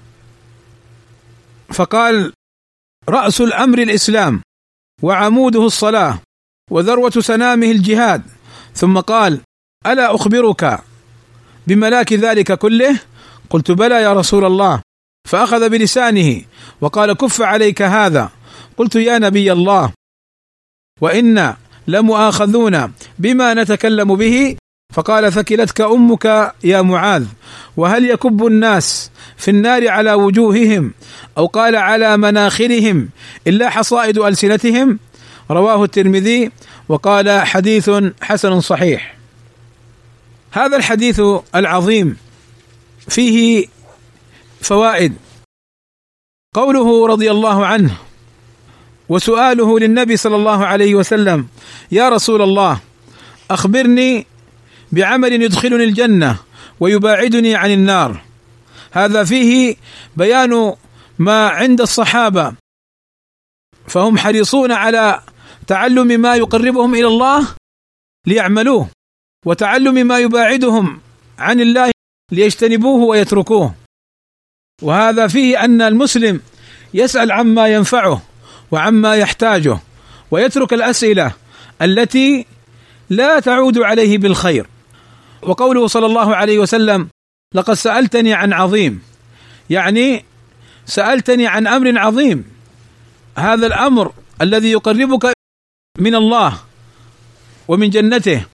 فقال: رأس الأمر الإسلام، وعموده الصلاة، وذروة سنامه الجهاد. ثم قال: ألا أخبرك بملاك ذلك كله؟ قلت: بلى يا رسول الله. فأخذ بلسانه وقال: كف عليك هذا. قلت: يا نبي الله، وإنا لمؤاخذون بما نتكلم به. فقال: ثكلتك أمك يا معاذ، وهل يكب الناس في النار على وجوههم، أو قال على مناخرهم، إلا حصائد ألسنتهم؟ رواه الترمذي وقال: حديث حسن صحيح. هذا الحديث العظيم فيه فوائد. قوله رضي الله عنه وسؤاله للنبي صلى الله عليه وسلم: يا رسول الله أخبرني بعمل يدخلني الجنة ويباعدني عن النار. هذا فيه بيان ما عند الصحابة، فهم حريصون على تعلم ما يقربهم إلى الله ليعملوه، وتعلم ما يباعدهم عن الله ليجتنبوه ويتركوه. وهذا فيه أن المسلم يسأل عما ينفعه وعما يحتاجه، ويترك الأسئلة التي لا تعود عليه بالخير. وقوله صلى الله عليه وسلم: لقد سألتني عن عظيم، يعني سألتني عن أمر عظيم. هذا الأمر الذي يقربك من الله ومن جنته،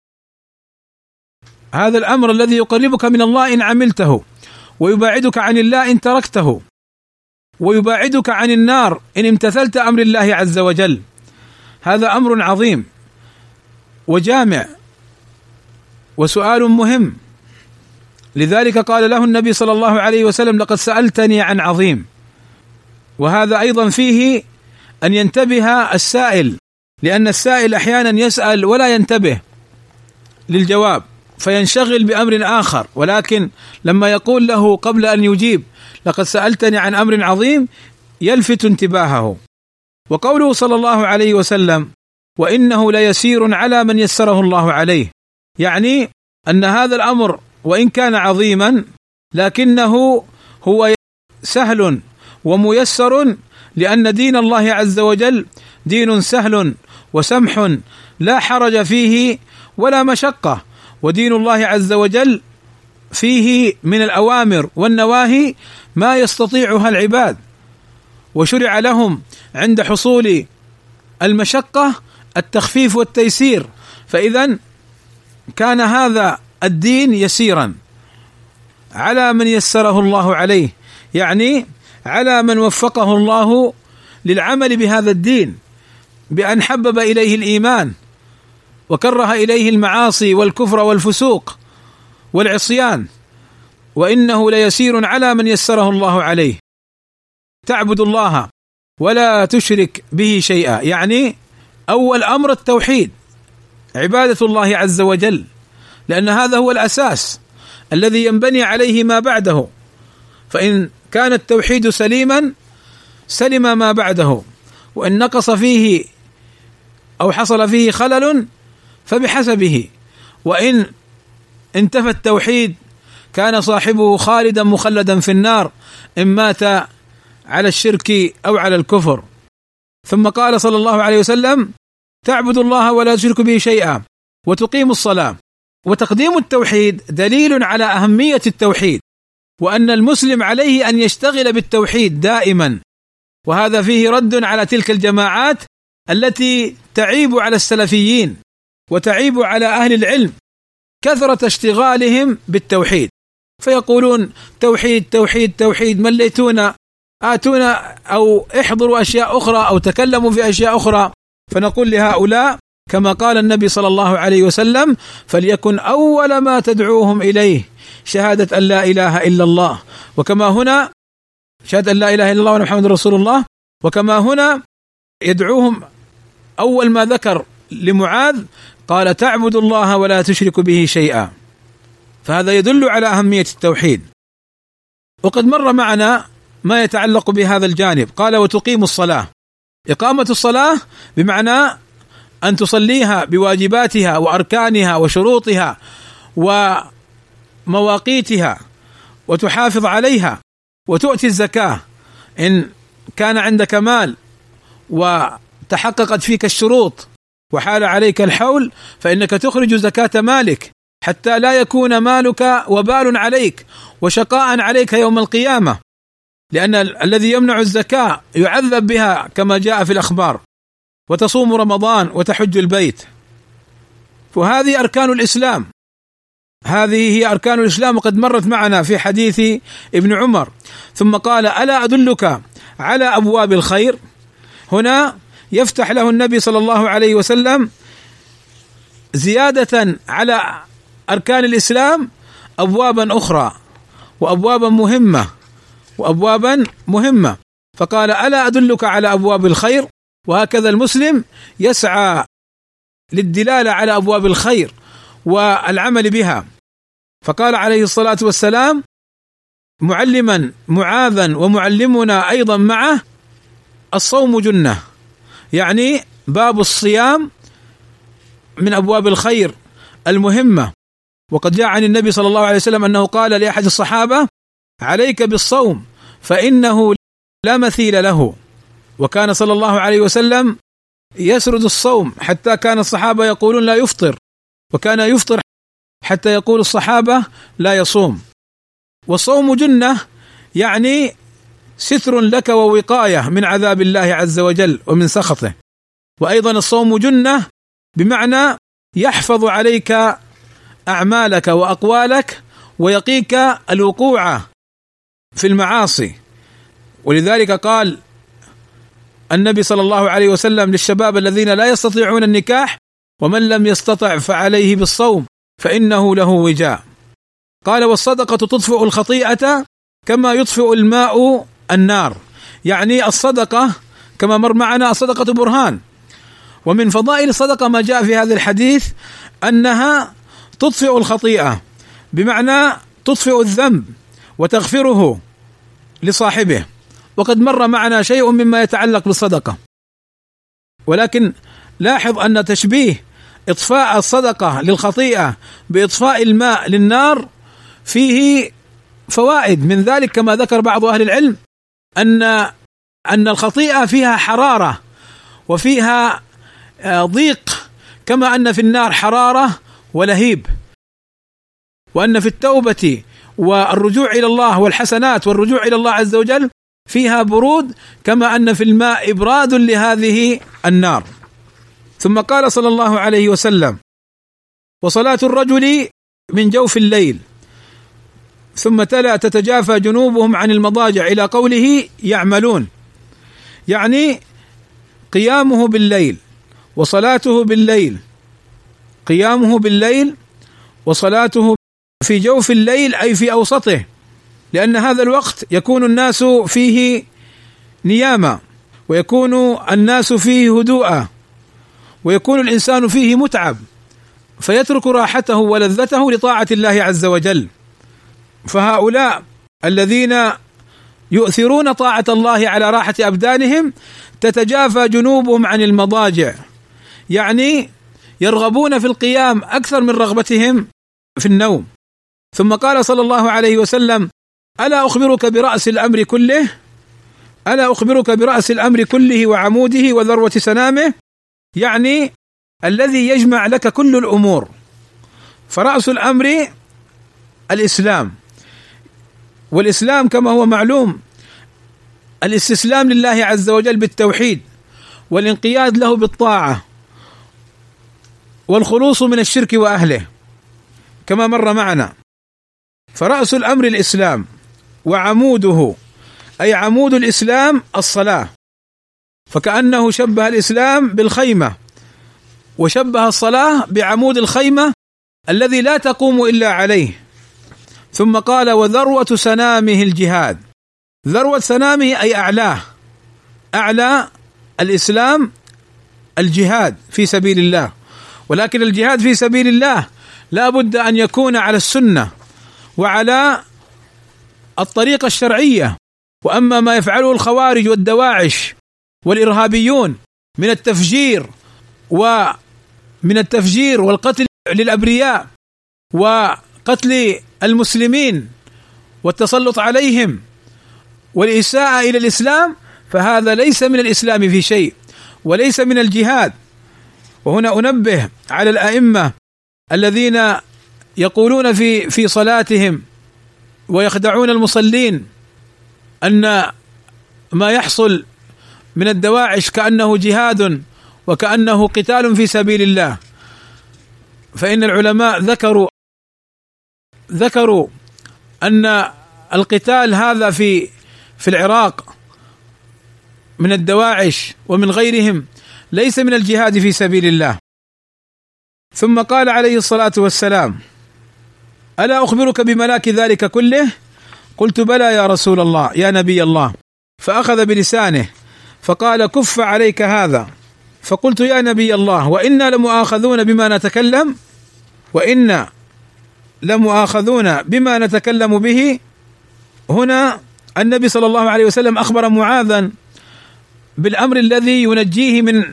هذا الأمر الذي يقربك من الله إن عملته، ويباعدك عن الله إن تركته، ويباعدك عن النار إن امتثلت أمر الله عز وجل. هذا أمر عظيم وجامع وسؤال مهم، لذلك قال له النبي صلى الله عليه وسلم: لقد سألتني عن عظيم. وهذا أيضا فيه أن ينتبه السائل، لأن السائل أحيانا يسأل ولا ينتبه للجواب فينشغل بأمر آخر، ولكن لما يقول له قبل أن يجيب: لقد سألتني عن أمر عظيم، يلفت انتباهه. وقوله صلى الله عليه وسلم: وإنه ليسير على من يسره الله عليه، يعني أن هذا الأمر وإن كان عظيما لكنه هو سهل وميسر، لأن دين الله عز وجل دين سهل وسمح لا حرج فيه ولا مشقة، ودين الله عز وجل فيه من الأوامر والنواهي ما يستطيعها العباد، وشرع لهم عند حصول المشقة التخفيف والتيسير. فإذا كان هذا الدين يسيرا. على من يسره الله عليه، يعني على من وفقه الله للعمل بهذا الدين، بأن حبب إليه الإيمان وكره إليه المعاصي والكفر والفسوق والعصيان، وإنه ليسير على من يسره الله عليه. تعبد الله ولا تشرك به شيئا، يعني أول أمر التوحيد، عبادة الله عز وجل، لأن هذا هو الأساس الذي ينبني عليه ما بعده، فإن كان التوحيد سليما سلم ما بعده، وإن نقص فيه أو حصل فيه خلل فبحسبه، وإن انتفى التوحيد كان صاحبه خالدا مخلدا في النار إن مات على الشرك أو على الكفر. ثم قال صلى الله عليه وسلم: تعبد الله ولا تشرك به شيئا وتقيم الصلاة. وتقديم التوحيد دليل على أهمية التوحيد، وأن المسلم عليه أن يشتغل بالتوحيد دائما، وهذا فيه رد على تلك الجماعات التي تعيب على السلفيين وتعيب على أهل العلم كثرة اشتغالهم بالتوحيد، فيقولون توحيد توحيد توحيد، مليتونا، آتونا أو احضروا أشياء أخرى أو تكلموا في أشياء أخرى. فنقول لهؤلاء كما قال النبي صلى الله عليه وسلم: فليكن أول ما تدعوهم إليه شهادة أن لا إله إلا الله، وكما هنا شهادة أن لا إله إلا الله وأن محمد رسول الله، وكما هنا يدعوهم أول ما ذكر لمعاذ قال: تعبد الله ولا تشرك به شيئا. فهذا يدل على أهمية التوحيد. وقد مر معنا ما يتعلق بهذا الجانب. قال: وتقيم الصلاة. إقامة الصلاة بمعنى أن تصليها بواجباتها وأركانها وشروطها ومواقيتها، وتحافظ عليها، وتؤتي الزكاة إن كان عندك مال وتحققت فيك الشروط وحال عليك الحول، فإنك تخرج زكاة مالك حتى لا يكون مالك وبال عليك وشقاء عليك يوم القيامة، لأن الذي يمنع الزكاة يعذب بها كما جاء في الأخبار. وتصوم رمضان وتحج البيت. وهذه أركان الإسلام، هذه هي أركان الإسلام، وقد مرت معنا في حديث ابن عمر. ثم قال: ألا أدلك على أبواب الخير؟ هنا يفتح له النبي صلى الله عليه وسلم زيادة على أركان الإسلام أبوابا أخرى وأبوابا مهمة وأبوابا مهمة فقال: ألا أدلك على أبواب الخير؟ وهكذا المسلم يسعى للدلالة على أبواب الخير والعمل بها. فقال عليه الصلاة والسلام معلما معاذا ومعلمنا أيضا معه: الصوم جنة، يعني باب الصيام من أبواب الخير المهمة. وقد جاء عن النبي صلى الله عليه وسلم أنه قال لأحد الصحابة: عليك بالصوم فإنه لا مثيل له. وكان صلى الله عليه وسلم يسرد الصوم حتى كان الصحابة يقولون لا يفطر، وكان يفطر حتى يقول الصحابة لا يصوم. والصوم جنة يعني ستر لك ووقاية من عذاب الله عز وجل ومن سخطه. وأيضا الصوم جنة بمعنى يحفظ عليك أعمالك وأقوالك ويقيك الوقوع في المعاصي. ولذلك قال النبي صلى الله عليه وسلم للشباب الذين لا يستطيعون النكاح: ومن لم يستطع فعليه بالصوم فإنه له وجاء. قال: والصدقة تطفئ الخطيئة كما يطفئ الماء النار، يعني الصدقة كما مر معنا الصدقة برهان. ومن فضائل الصدقة ما جاء في هذا الحديث أنها تطفئ الخطيئة، بمعنى تطفئ الذنب وتغفره لصاحبه. وقد مر معنا شيء مما يتعلق بالصدقة، ولكن لاحظ أن تشبيه إطفاء الصدقة للخطيئة بإطفاء الماء للنار فيه فوائد. من ذلك كما ذكر بعض أهل العلم أن أن الخطيئة فيها حرارة وفيها ضيق، كما أن في النار حرارة ولهيب، وأن في التوبة والرجوع إلى الله والحسنات والرجوع إلى الله عز وجل فيها برود، كما أن في الماء إبراد لهذه النار. ثم قال صلى الله عليه وسلم: وصلاة الرجل من جوف الليل. ثم تلا تتجافى جنوبهم عن المضاجع إلى قوله يعملون، يعني قيامه بالليل وصلاته بالليل، قيامه بالليل وصلاته في جوف الليل أي في أوسطه، لأن هذا الوقت يكون الناس فيه نياما، ويكون الناس فيه هدوءا، ويكون الإنسان فيه متعب، فيترك راحته ولذته لطاعة الله عز وجل. فهؤلاء الذين يؤثرون طاعة الله على راحة أبدانهم تتجافى جنوبهم عن المضاجع، يعني يرغبون في القيام أكثر من رغبتهم في النوم. ثم قال صلى الله عليه وسلم: ألا أخبرك برأس الأمر كله؟ ألا أخبرك برأس الأمر كله وعموده وذروة سنامه، يعني الذي يجمع لك كل الأمور. فرأس الأمر الإسلام، والإسلام كما هو معلوم الاستسلام لله عز وجل بالتوحيد، والانقياد له بالطاعة، والخلوص من الشرك وأهله كما مر معنا. فرأس الأمر الإسلام، وعموده أي عمود الإسلام الصلاة، فكأنه شبه الإسلام بالخيمة، وشبه الصلاة بعمود الخيمة الذي لا تقوم إلا عليه. ثم قال: وذروة سنامه الجهاد. ذروة سنامه أي أعلاه، أعلى الإسلام الجهاد في سبيل الله، ولكن الجهاد في سبيل الله لا بد أن يكون على السنة وعلى الطريقة الشرعية. وأما ما يفعله الخوارج والدواعش والإرهابيون من التفجير ومن التفجير والقتل للأبرياء وقتل المسلمين والتسلط عليهم والإساءة إلى الإسلام، فهذا ليس من الإسلام في شيء، وليس من الجهاد. وهنا أنبه على الأئمة الذين يقولون في في صلاتهم ويخدعون المصلين أن ما يحصل من الدواعش كأنه جهاد وكأنه قتال في سبيل الله. فإن العلماء ذكروا ذكروا أن القتال هذا في في العراق من الدواعش ومن غيرهم ليس من الجهاد في سبيل الله. ثم قال عليه الصلاة والسلام: ألا أخبرك بملاك ذلك كله؟ قلت: بلى يا رسول الله يا نبي الله. فأخذ بلسانه فقال: كف عليك هذا. فقلت: يا نبي الله، وإنا لمؤاخذون بما نتكلم وإنا لمؤاخذون بما نتكلم به. هنا النبي صلى الله عليه وسلم أخبر معاذا بالأمر الذي ينجيه من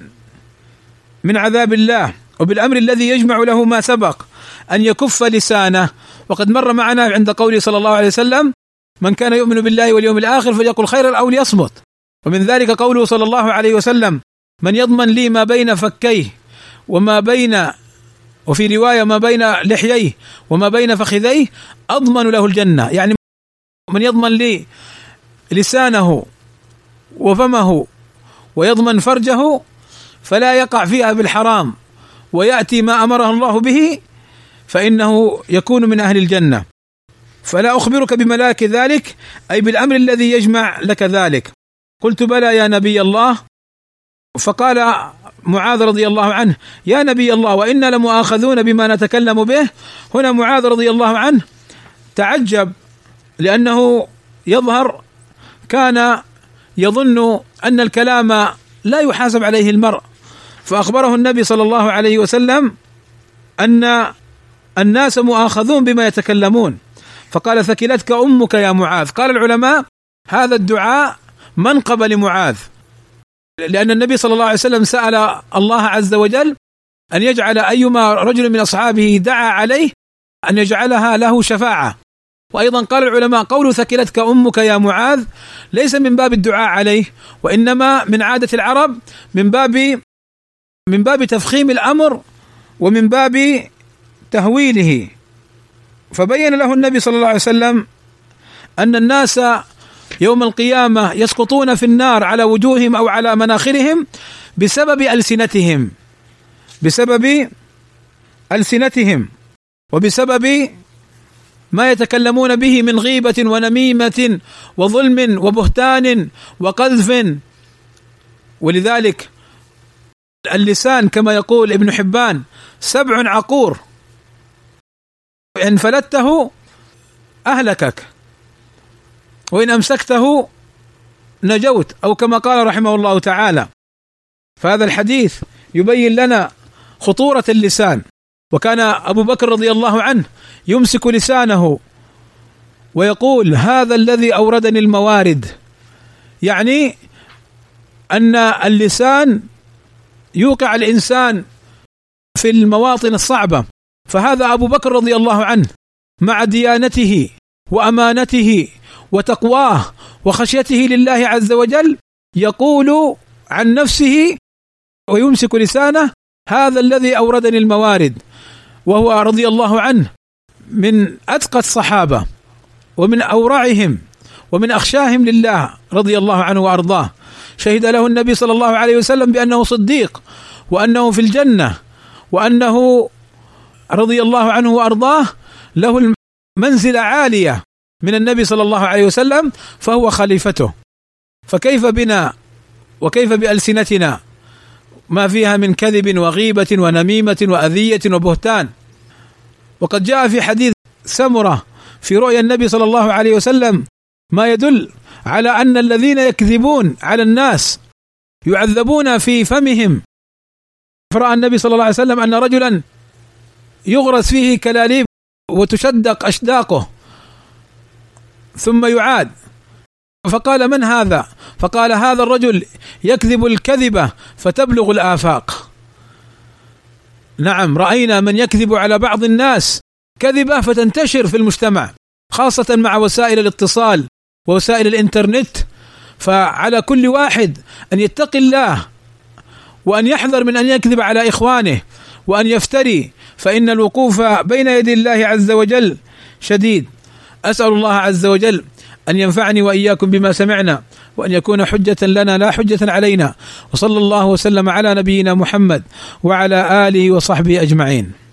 من عذاب الله، وبالأمر الذي يجمع له ما سبق أن يكف لسانه. وقد مر معنا عند قوله صلى الله عليه وسلم: من كان يؤمن بالله واليوم الآخر فليقل خيرا أو ليصمت. ومن ذلك قوله صلى الله عليه وسلم: من يضمن لي ما بين فكيه وما بين، وفي رواية ما بين لحييه وما بين فخذيه أضمن له الجنة، يعني من يضمن لي لسانه وفمه ويضمن فرجه فلا يقع فيها بالحرام ويأتي ما أمره الله به فإنه يكون من أهل الجنة. فلا أخبرك بملاك ذلك أي بالأمر الذي يجمع لك ذلك. قلت: بلى يا نبي الله. فقال معاذ رضي الله عنه: يا نبي الله، وإنا لمؤاخذون بما نتكلم به. هنا معاذ رضي الله عنه تعجب، لأنه يظهر كان يظن أن الكلام لا يحاسب عليه المرء، فأخبره النبي صلى الله عليه وسلم أن الناس مؤاخذون بما يتكلمون. فقال: ثكلتك أمك يا معاذ. قال العلماء: هذا الدعاء منقبة لمعاذ، لأن النبي صلى الله عليه وسلم سأل الله عز وجل أن يجعل أيما رجل من أصحابه دعا عليه أن يجعلها له شفاعة. وأيضا قال العلماء: قول ثكلتك أمك يا معاذ ليس من باب الدعاء عليه، وإنما من عادة العرب، من باب من باب تفخيم الأمر ومن باب تهويله. فبين له النبي صلى الله عليه وسلم أن الناس يوم القيامة يسقطون في النار على وجوههم أو على مناخرهم بسبب ألسنتهم بسبب ألسنتهم وبسبب ما يتكلمون به من غيبة ونميمة وظلم وبهتان وقذف. ولذلك اللسان كما يقول ابن حبان سبع عقور، إن فلته أهلكك وإن أمسكته نجوت، أو كما قال رحمه الله تعالى. فهذا الحديث يبين لنا خطورة اللسان. وكان أبو بكر رضي الله عنه يمسك لسانه ويقول هذا الذي أوردني الموارد، يعني أن اللسان يوقع الإنسان في المواطن الصعبة. فهذا أبو بكر رضي الله عنه مع ديانته وأمانته وتقواه وخشيته لله عز وجل يقول عن نفسه ويمسك لسانه هذا الذي أوردني الموارد، وهو رضي الله عنه من أتقى الصحابة ومن أورعهم ومن أخشاهم لله رضي الله عنه وأرضاه. شهد له النبي صلى الله عليه وسلم بأنه صديق وأنه في الجنة، وأنه رضي الله عنه وأرضاه له المنزلة عالية من النبي صلى الله عليه وسلم، فهو خليفته. فكيف بنا وكيف بألسنتنا ما فيها من كذب وغيبة ونميمة وأذية وبهتان. وقد جاء في حديث سمرة في رؤيا النبي صلى الله عليه وسلم ما يدل على أن الذين يكذبون على الناس يعذبون في فمهم. فرأى النبي صلى الله عليه وسلم أن رجلا يغرس فيه كلاليب وتشدق أشداقه ثم يعاد، فقال من هذا؟ فقال هذا الرجل يكذب الكذبة فتبلغ الآفاق. نعم، رأينا من يكذب على بعض الناس كذبة فتنتشر في المجتمع، خاصة مع وسائل الاتصال ووسائل الإنترنت. فعلى كل واحد أن يتقي الله وأن يحذر من أن يكذب على إخوانه وأن يفتري، فإن الوقوف بين يدي الله عز وجل شديد. أسأل الله عز وجل أن ينفعني وإياكم بما سمعنا، وأن يكون حجة لنا لا حجة علينا. وصلى الله وسلم على نبينا محمد وعلى آله وصحبه أجمعين.